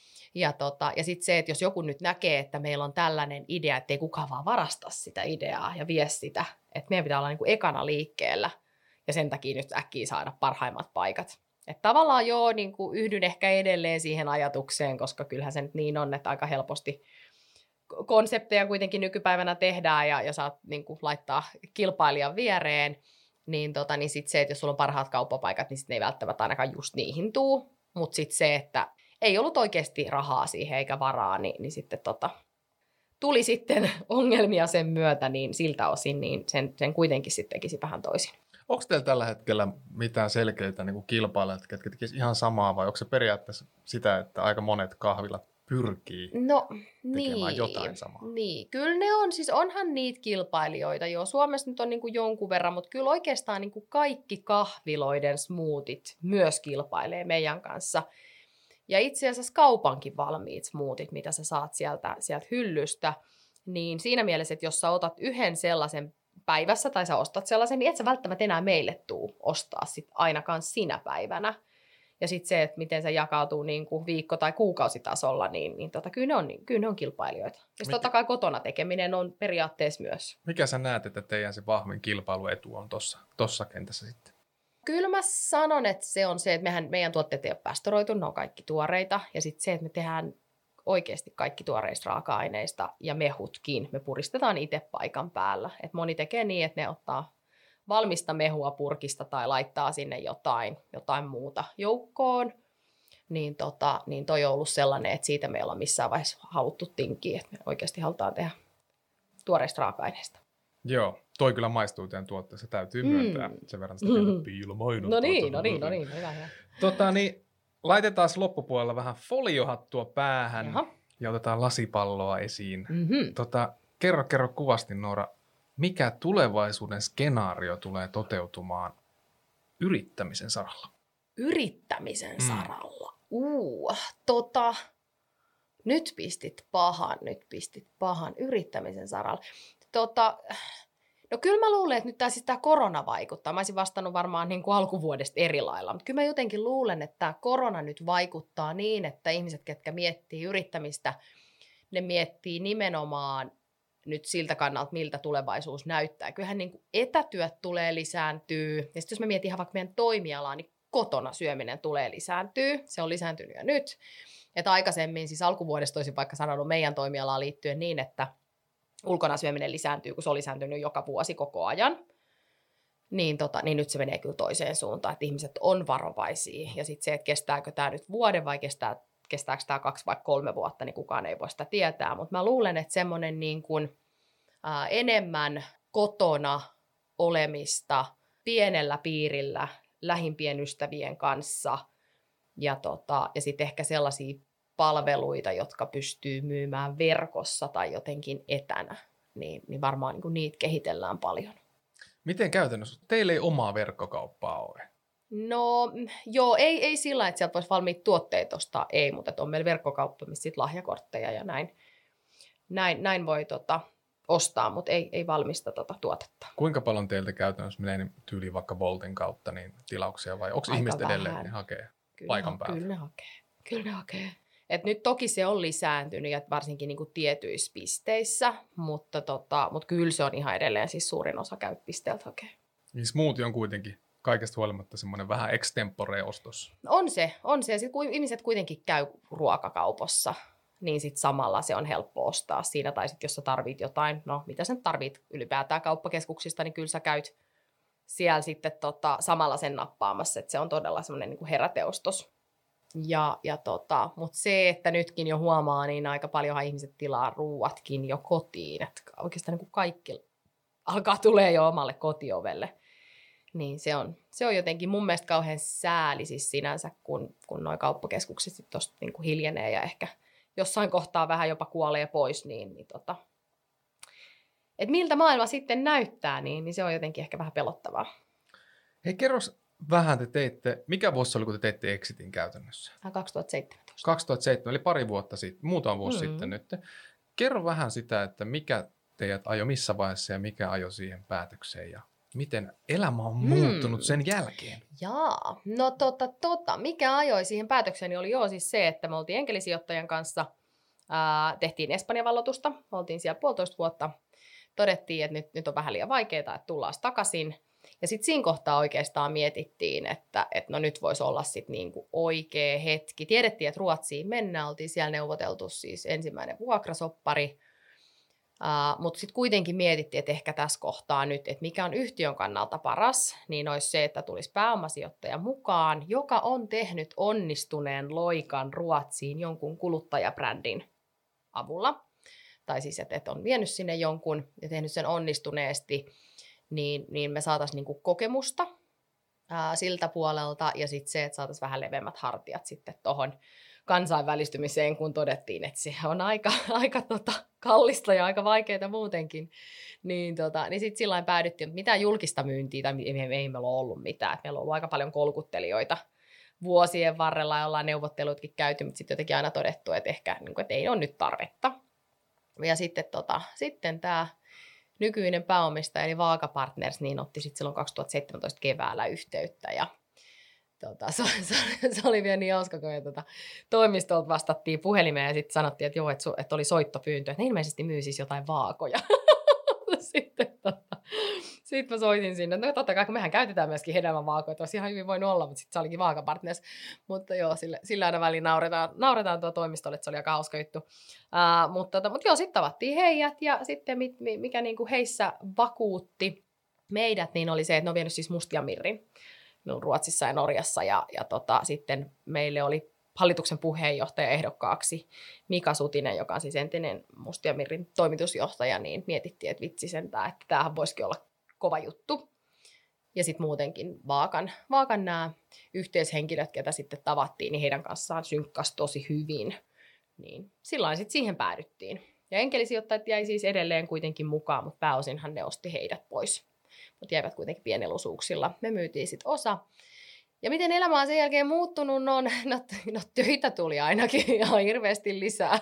Ja sitten se, että jos joku nyt näkee, että meillä on tällainen idea, että ei kukaan vaan varasta sitä ideaa ja vie sitä, että meidän pitää olla niin kuin ekana liikkeellä ja sen takia nyt äkkiä saada parhaimmat paikat. Että tavallaan niin kuin yhdyn ehkä edelleen siihen ajatukseen, koska kyllähän se nyt niin on, että aika helposti konsepteja kuitenkin nykypäivänä tehdään ja saat niin kuin laittaa kilpailijan viereen, niin sitten se, että jos sulla on parhaat kauppapaikat, niin sitten ne ei välttämättä ainakaan just niihin tuu, mutta sitten se, että ei ollut oikeasti rahaa siihen eikä varaa, niin sitten tuli sitten ongelmia sen myötä, niin siltä osin niin sen kuitenkin sitten tekisi vähän toisin. Onko teillä tällä hetkellä mitään selkeitä niin kuin kilpailijat, jotka tekisivät ihan samaa, vai onko se periaatteessa sitä, että aika monet kahvilat pyrkii tekemään jotain samaa? Niin, kyllä ne on, siis onhan niitä kilpailijoita, joo, Suomessa nyt on niin kuin jonkun verran, mutta kyllä oikeastaan niin kuin kaikki kahviloiden smoothit myös kilpailee meidän kanssa. Ja itse asiassa kaupankin valmiit smoothit, mitä sä saat sieltä hyllystä, niin siinä mielessä, että jos sä otat yhden sellaisen päivässä tai sä ostat sellaisen, niin et sä välttämättä enää meille tuu ostaa sit ainakaan sinä päivänä. Ja sitten se, että miten se jakautuu niin kuin viikko- tai kuukausitasolla, niin kyllä ne on kilpailijoita. Ja totta kai kotona tekeminen on periaatteessa myös. Mikä sä näet, että teidän se vahvin kilpailuetu on tossa kentässä sitten? Kyllä mä sanon, että se on se, että meidän tuotteet ei ole pastoroitu, ne on kaikki tuoreita. Ja sitten se, että me tehdään oikeasti kaikki tuoreista raaka-aineista ja mehutkin. Me puristetaan itse paikan päällä. Et moni tekee niin, että ne ottaa valmista mehua purkista tai laittaa sinne jotain muuta joukkoon. Niin toi on ollut sellainen, että siitä meillä on missään vaiheessa haluttu tinkiä, että me oikeasti halutaan tehdä tuoreista raaka-aineista. Joo, toi kyllä maistuu teidän tuotteessa, täytyy myöntää sen verran sitä piilomainontaa. No niin, hyvä. Laitetaan loppupuolella vähän foliohattua päähän. Jaha. Ja otetaan lasipalloa esiin. Mm-hmm. Kerro kuvasti, Noora, mikä tulevaisuuden skenaario tulee toteutumaan yrittämisen saralla? Yrittämisen saralla? Nyt pistit pahan yrittämisen saralla. No kyllä mä luulen, että nyt tämä korona vaikuttaa. Mä olisin vastannut varmaan niin kuin alkuvuodesta eri lailla, mutta kyllä mä jotenkin luulen, että tämä korona nyt vaikuttaa niin, että ihmiset, ketkä miettii yrittämistä, ne miettii nimenomaan nyt siltä kannalta, miltä tulevaisuus näyttää. Kyllähän niin kuin etätyöt tulee lisääntyä, ja sitten jos mä mietin ihan vaikka meidän toimialaa, niin kotona syöminen tulee lisääntyä. Se on lisääntynyt jo nyt. Että aikaisemmin, siis alkuvuodesta olisin vaikka sanonut meidän toimialaan liittyen niin, että ulkona syöminen lisääntyy, kun se on lisääntynyt joka vuosi koko ajan. Niin nyt se menee kyllä toiseen suuntaan, että ihmiset on varovaisia. Ja sitten se, että kestääkö tämä nyt vuoden vai kestääkö tämä 2 vai 3 vuotta, niin kukaan ei voi sitä tietää. Mutta mä luulen, että semmoinen niin kuin, enemmän kotona olemista pienellä piirillä, lähimpien ystävien kanssa ja sitten ehkä sellaisia palveluita, jotka pystyy myymään verkossa tai jotenkin etänä, niin varmaan niin kuin niitä kehitellään paljon. Miten käytännössä? Teillä ei omaa verkkokauppaa ole? No joo, ei sillä, että sieltä voisi valmiit tuotteita ostaa, ei, mutta on meillä verkkokauppa, missä sitten lahjakortteja ja näin voi ostaa, mutta ei valmista tuotetta. Kuinka paljon teiltä käytännössä menee tyyliin vaikka Voltin kautta niin tilauksia vai onko ihmiset edelleen ne hakee paikan päältä? Kyllä ne hakee. Et nyt toki se on lisääntynyt ja varsinkin niinku tietyissä pisteissä, mutta kyllä se on ihan edelleen siis suurin osa käy pisteeltä hakee. Niin smoothie on kuitenkin kaikesta huolimatta semmoinen vähän extempore-ostos. On se. Sitten kun ihmiset kuitenkin käy ruokakaupassa, niin sitten samalla se on helppo ostaa siinä. Tai sitten jos sä tarvit jotain, no mitä sä tarvit ylipäätään kauppakeskuksista, niin kyllä sä käyt siellä sitten samalla sen nappaamassa. Että se on todella semmoinen niin kuin heräteostos. Mutta se, että nytkin jo huomaa, niin aika paljonhan ihmiset tilaa ruuatkin jo kotiin. Että oikeastaan niin kuin kaikki alkaa tulee jo omalle kotiovelle. Niin se on jotenkin mun mielestä kauhean sääli siis sinänsä, kun nuo kauppakeskukset sitten tosta niin kuin hiljenee ja ehkä jossain kohtaa vähän jopa kuolee pois. Et miltä maailma sitten näyttää, niin se on jotenkin ehkä vähän pelottavaa. Hei, kerros vähän te teitte, mikä vuosi se oli, kun te teitte Exitin käytännössä? 2017. 2007, eli pari vuotta sitten, muutama vuosi sitten nyt. Kerro vähän sitä, että mikä teidät ajoi missä vaiheessa ja mikä ajoi siihen päätökseen ja miten elämä on muuttunut sen jälkeen? Jaa, no mikä ajoi siihen päätökseen, niin oli siis se, että me oltiin enkelisijoittajan kanssa, tehtiin Espanjan valloitusta, oltiin siellä 1,5 vuotta, todettiin, että nyt on vähän liian vaikeaa, että tullaan takaisin. Ja sitten siinä kohtaa oikeastaan mietittiin, että no nyt voisi olla sitten niinku oikea hetki. Tiedettiin, että Ruotsiin mennään, oltiin siellä neuvoteltu siis ensimmäinen vuokrasoppari, mutta sitten kuitenkin mietittiin, että ehkä tässä kohtaa nyt, että mikä on yhtiön kannalta paras, niin olisi se, että tulisi pääomasijoittaja mukaan, joka on tehnyt onnistuneen loikan Ruotsiin jonkun kuluttajabrändin avulla. Tai siis, että on vienyt sinne jonkun ja tehnyt sen onnistuneesti, niin me saataisiin niinku kokemusta siltä puolelta ja sitten se, että saataisiin vähän leveämmät hartiat sitten tuohon kansainvälistymiseen, kun todettiin, että se on aika kallista ja aika vaikeaa muutenkin. Niin sitten sillain päädyttiin, että mitään julkista myyntiä, tai ei meillä ole ollut mitään. Et meillä on ollut aika paljon kolkuttelijoita vuosien varrella, ja ollaan neuvottelutkin käyty, mutta sitten jotenkin aina todettu, että ehkä että ei ole nyt tarvetta. Ja sitten tämä nykyinen pääomistaja, eli Vaaka Partners, niin otti sitten silloin 2017 keväällä yhteyttä, ja se oli vielä niin hauska, kun me toimistolta vastattiin puhelimeen ja sitten sanottiin, että joo, että oli soittopyyntö, että ne ilmeisesti myy siis jotain vaakoja. Sitten mä soitin sinne, no totta kai, kun mehän käytetään myöskin hedelmävaakoja, että olisi ihan hyvin voinut olla, mutta sitten se olikin Vaaka Partners. Mutta joo, sillä aina väliin nauretaan tuo toimistolle, että se oli aika hauska juttu. Mutta joo, sitten tavattiin heidät ja sitten mikä niinku heissä vakuutti meidät, niin oli se, että ne on vienyt siis Mustia Mirrin Ruotsissa ja Norjassa ja sitten meille oli hallituksen puheenjohtaja ehdokkaaksi Mika Sutinen, joka on siis entinen Mustia Mirrin toimitusjohtaja, niin mietittiin, että vitsi sentään, että tämähän voisikin olla kova juttu. Ja sitten muutenkin Vaakan nämä yhteishenkilöt, ketä sitten tavattiin, niin heidän kanssaan synkkasi tosi hyvin. Niin silloin sitten siihen päädyttiin. Ja enkelisijoittajat jäi siis edelleen kuitenkin mukaan, mutta pääosinhan ne osti heidät pois. Mutta jäivät kuitenkin pienellä osuuksilla. Me myytiin sitten osa. Ja miten elämä on sen jälkeen muuttunut, no töitä tuli ainakin ihan hirveästi lisää.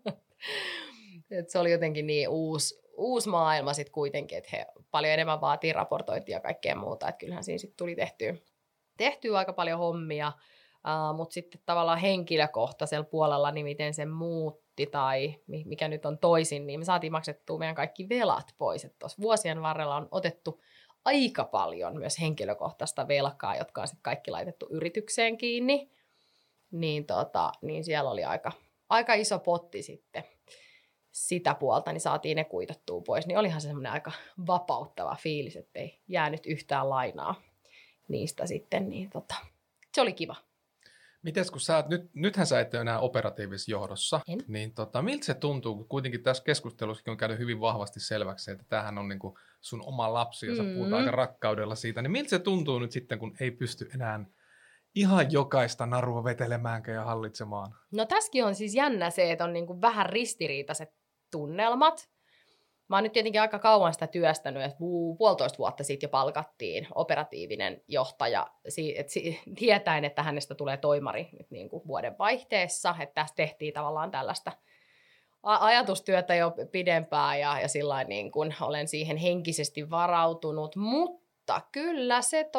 Et se oli jotenkin niin uusi maailma sitten kuitenkin, että he paljon enemmän vaatii raportointia ja kaikkea muuta. Että kyllähän siinä sitten tuli tehtyä aika paljon hommia, mutta sitten tavallaan henkilökohtaisella puolella, niin miten se muutti tai mikä nyt on toisin, niin me saatiin maksettua meidän kaikki velat pois. Että tuossa vuosien varrella on otettu aika paljon myös henkilökohtaista velkaa, jotka on sitten kaikki laitettu yritykseen kiinni, niin siellä oli aika iso potti sitten sitä puolta, niin saatiin ne kuitattua pois. Niin olihan se semmoinen aika vapauttava fiilis, ettei jäänyt yhtään lainaa niistä sitten. Niin se oli kiva. Mites kun nythän sä et ole enää operatiivisessa johdossa, En. niin miltä se tuntuu, kun kuitenkin tässä keskustelussakin on käynyt hyvin vahvasti selväksi, että tämähän on niin kuin sun oma lapsi, ja sä puhut aika rakkaudella siitä, niin miltä se tuntuu nyt sitten, kun ei pysty enää ihan jokaista narua vetelemäänkään ja hallitsemaan? No tässäkin on siis jännä se, että on niin kuin vähän ristiriitaiset tunnelmat. Mä oon nyt tietenkin aika kauan sitä työstänyt, että 1,5 vuotta sitten jo palkattiin operatiivinen johtaja, tietäen, että hänestä tulee toimari nyt niin kuin vuoden vaihteessa, että tässä tehtiin tavallaan tällaista ajatustyötä jo pidempään ja sillain niin kuin olen siihen henkisesti varautunut, mutta kyllä se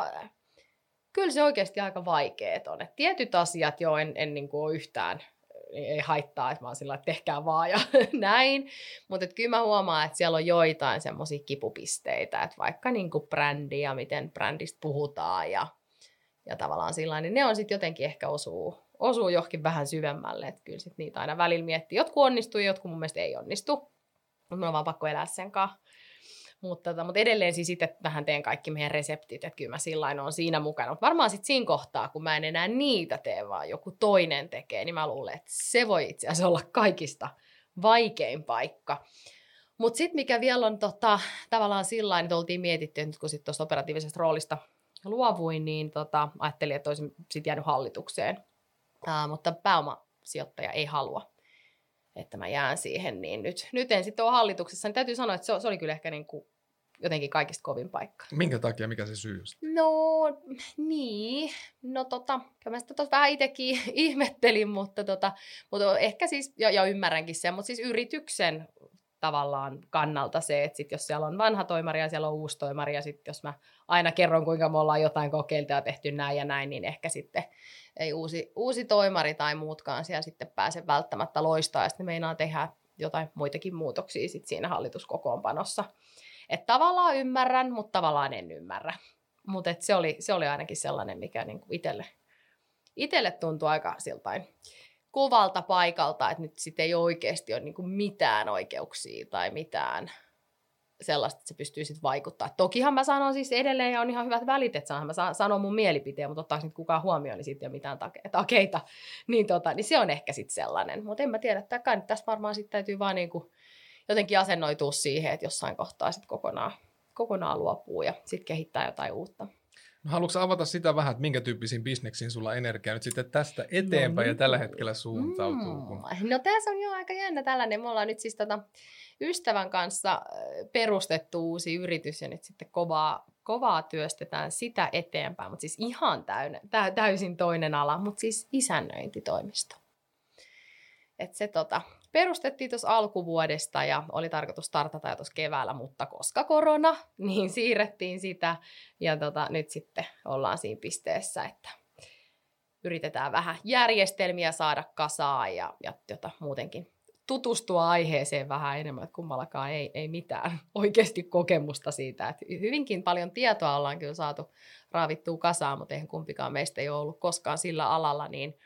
oikeasti aika vaikeet on. Et tietyt asiat jo en niin kuin ole yhtään, ei haittaa, että mä oon sillä, että tehkää vaan ja näin. Mutta kyllä mä huomaan, että siellä on joitain semmoisia kipupisteitä, että vaikka niin kuin brändi ja miten brändistä puhutaan ja tavallaan sillä niin ne on sitten jotenkin ehkä osuu johonkin vähän syvemmälle. Että kyllä sitten niitä aina välillä miettii. Jotkut onnistuu ja jotkut mun mielestä ei onnistu. Mutta mun on vaan pakko elää sen kanssa. Mutta edelleen siis itse vähän teen kaikki meidän reseptit, että kyllä mä sillain on siinä mukana. Mutta varmaan sitten siinä kohtaa, kun mä en enää niitä tee, vaan joku toinen tekee, niin mä luulen, että se voi itse asiassa olla kaikista vaikein paikka. Mutta sitten mikä vielä on tavallaan sillain, että oltiin mietitty, että nyt kun sitten tuosta operatiivisesta roolista luovuin, niin ajattelin, että olisin sitten jäänyt hallitukseen. Mutta pääomasijoittaja ei halua, että mä jään siihen, niin nyt en sitten ole hallituksessa, niin täytyy sanoa, että se oli kyllä ehkä niin kuin jotenkin kaikista kovin paikka. Minkä takia, mikä se syy on? No niin, kyllä mä sitä vähän itsekin ihmettelin, mutta ehkä siis, ja ymmärränkin sen, mutta siis yrityksen tavallaan kannalta se, että sit jos siellä on vanha toimari ja siellä on uusi toimari, ja sitten jos mä aina kerron, kuinka me ollaan jotain kokeiltu ja tehty näin ja näin, niin ehkä sitten ei uusi toimari tai muutkaan siellä sitten pääse välttämättä loistaa, ja sitten meinaa tehdä jotain muitakin muutoksia sit siinä hallituskokoonpanossa. Että tavallaan ymmärrän, mutta tavallaan en ymmärrä. Mutta se oli ainakin sellainen, mikä niinku itselle tuntui aika siltain kovalta paikalta, että nyt sitten ei oikeasti ole niinku mitään oikeuksia tai mitään sellaista, että se pystyy sitten vaikuttaa. Tokihan mä sanon siis edelleen, ja on ihan hyvät välit, että mä sanon mun mielipiteen, mutta ottaako nyt kukaan huomioon, niin sitten ei ole mitään takeita. Niin se on ehkä sitten sellainen. Mutta en mä tiedä, että kai nyt tässä varmaan sitten täytyy vaan niinku jotenkin asennoitua siihen, että jossain kohtaa sitten kokonaan luopuu ja sitten kehittää jotain uutta. No, haluatko avata sitä vähän, että minkä tyyppisiin bisneksiin sulla energia nyt sitten tästä eteenpäin ja tällä hetkellä suuntautuu? No tässä on jo aika jännä tällainen. Me ollaan nyt siis ystävän kanssa perustettu uusi yritys ja nyt sitten kovaa työstetään sitä eteenpäin, mutta siis ihan täysin toinen ala, mutta siis isännöintitoimisto. Että se perustettiin tuossa alkuvuodesta ja oli tarkoitus startata jo tuossa keväällä, mutta koska korona, niin siirrettiin sitä. Ja nyt sitten ollaan siinä pisteessä, että yritetään vähän järjestelmiä saada kasaan ja muutenkin tutustua aiheeseen vähän enemmän, että kummallakaan ei mitään oikeasti kokemusta siitä. Että hyvinkin paljon tietoa ollaan kyllä saatu raavittua kasaan, mutta eihän kumpikaan meistä ei ole ollut koskaan sillä alalla, niin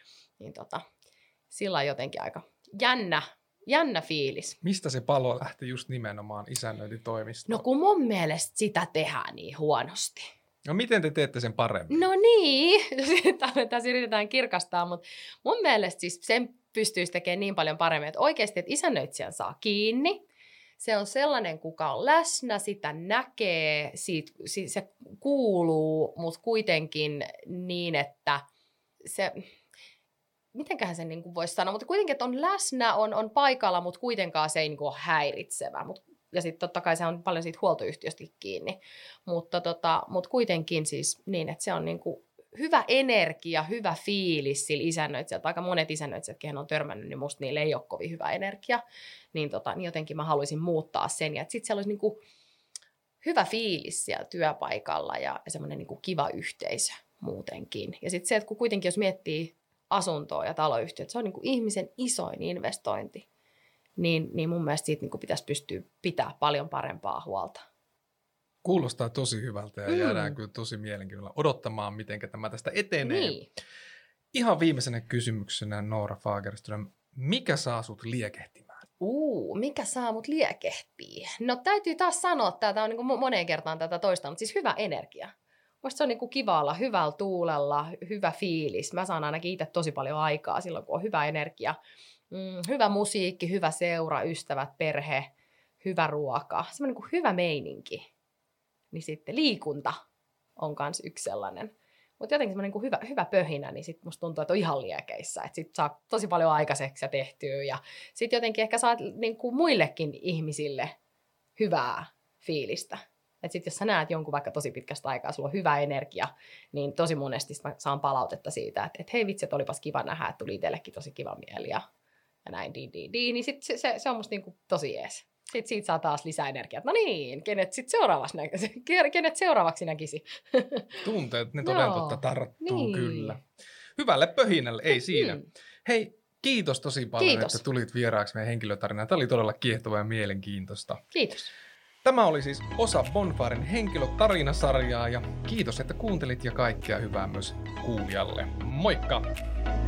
sillä on jotenkin aika jännä fiilis. Mistä se palo lähti just nimenomaan isännöintitoimistoon? No kun mun mielestä sitä tehdään niin huonosti. No miten te teette sen paremmin? No niin, tässä yritetään kirkastaa, mutta mun mielestä siis sen pystyisi tekemään niin paljon paremmin, että oikeasti että isännöitsijän saa kiinni. Se on sellainen, kuka on läsnä, sitä näkee, se kuuluu, mutta kuitenkin niin, että se... Mitenköhän sen niin voisi sanoa, mutta kuitenkin, että on läsnä, on paikalla, mutta kuitenkaan se ei niin ole häiritsevä. Ja sitten totta kai se on paljon siitä huoltoyhtiöstäkin kiinni, mutta kuitenkin siis niin, että se on niin kuin hyvä energia, hyvä fiilis sillä isännöitsijältä. Aika monet isännöitsijät, kehen on törmännyt, niin musta niillä ei ole kovin hyvä energia. Niin jotenkin mä haluaisin muuttaa sen. Ja sitten siellä olisi niin kuin hyvä fiilis siellä työpaikalla ja semmoinen niin kuin kiva yhteisö muutenkin. Ja sitten se, että kun kuitenkin jos miettii asuntoa ja taloyhtiöt, se on niin kuin ihmisen isoin investointi, niin mun mielestä siitä niin kuin pitäisi pystyä pitämään paljon parempaa huolta. Kuulostaa tosi hyvältä ja jäädään kyllä tosi mielenkiinnolla odottamaan, miten tämä tästä etenee. Niin. Ihan viimeisenä kysymyksenä, Noora Fagerström, mikä saa sut liekehtimään? Mikä saa mut liekehtiä? No täytyy taas sanoa, että tämä on niin kuin moneen kertaan tätä toista, mutta siis hyvä energia. Musta se on niin kuin kiva olla hyvällä tuulella, hyvä fiilis. Mä saan ainakin itse tosi paljon aikaa silloin, kun on hyvä energia. Hyvä musiikki, hyvä seura, ystävät, perhe, hyvä ruoka. Semmoinen niin kuin hyvä meininki. Niin sitten liikunta on myös yksi sellainen. Mutta jotenkin semmoinen niin hyvä pöhinä, niin sitten musta tuntuu, että on ihan liekeissä. Että sitten saa tosi paljon aikaiseksi ja tehtyä. Ja sitten jotenkin ehkä saat niin kuin muillekin ihmisille hyvää fiilistä. Että sitten jos sä näet jonkun vaikka tosi pitkästä aikaa, sulla on hyvä energia, niin tosi monesti mä saan palautetta siitä, että hei vitsi, että olipas kiva nähdä, että tuli itsellekin tosi kiva mieli ja näin, niin sitten se on musta niin kuin tosi jees. Sitten siitä saa taas lisää energiaa. No niin, kenet seuraavaksi näkisi? Tunteet, ne todella totta tarttuu kyllä. Hyvälle pöhinälle, ei siinä. Hei, kiitos tosi paljon, että tulit vieraaksi meidän henkilötarinaan. Tämä oli todella kiehtova ja mielenkiintoista. Kiitos. Tämä oli siis osa Bonfiren henkilötarinasarjaa ja kiitos, että kuuntelit ja kaikkea hyvää myös kuulijalle. Moikka!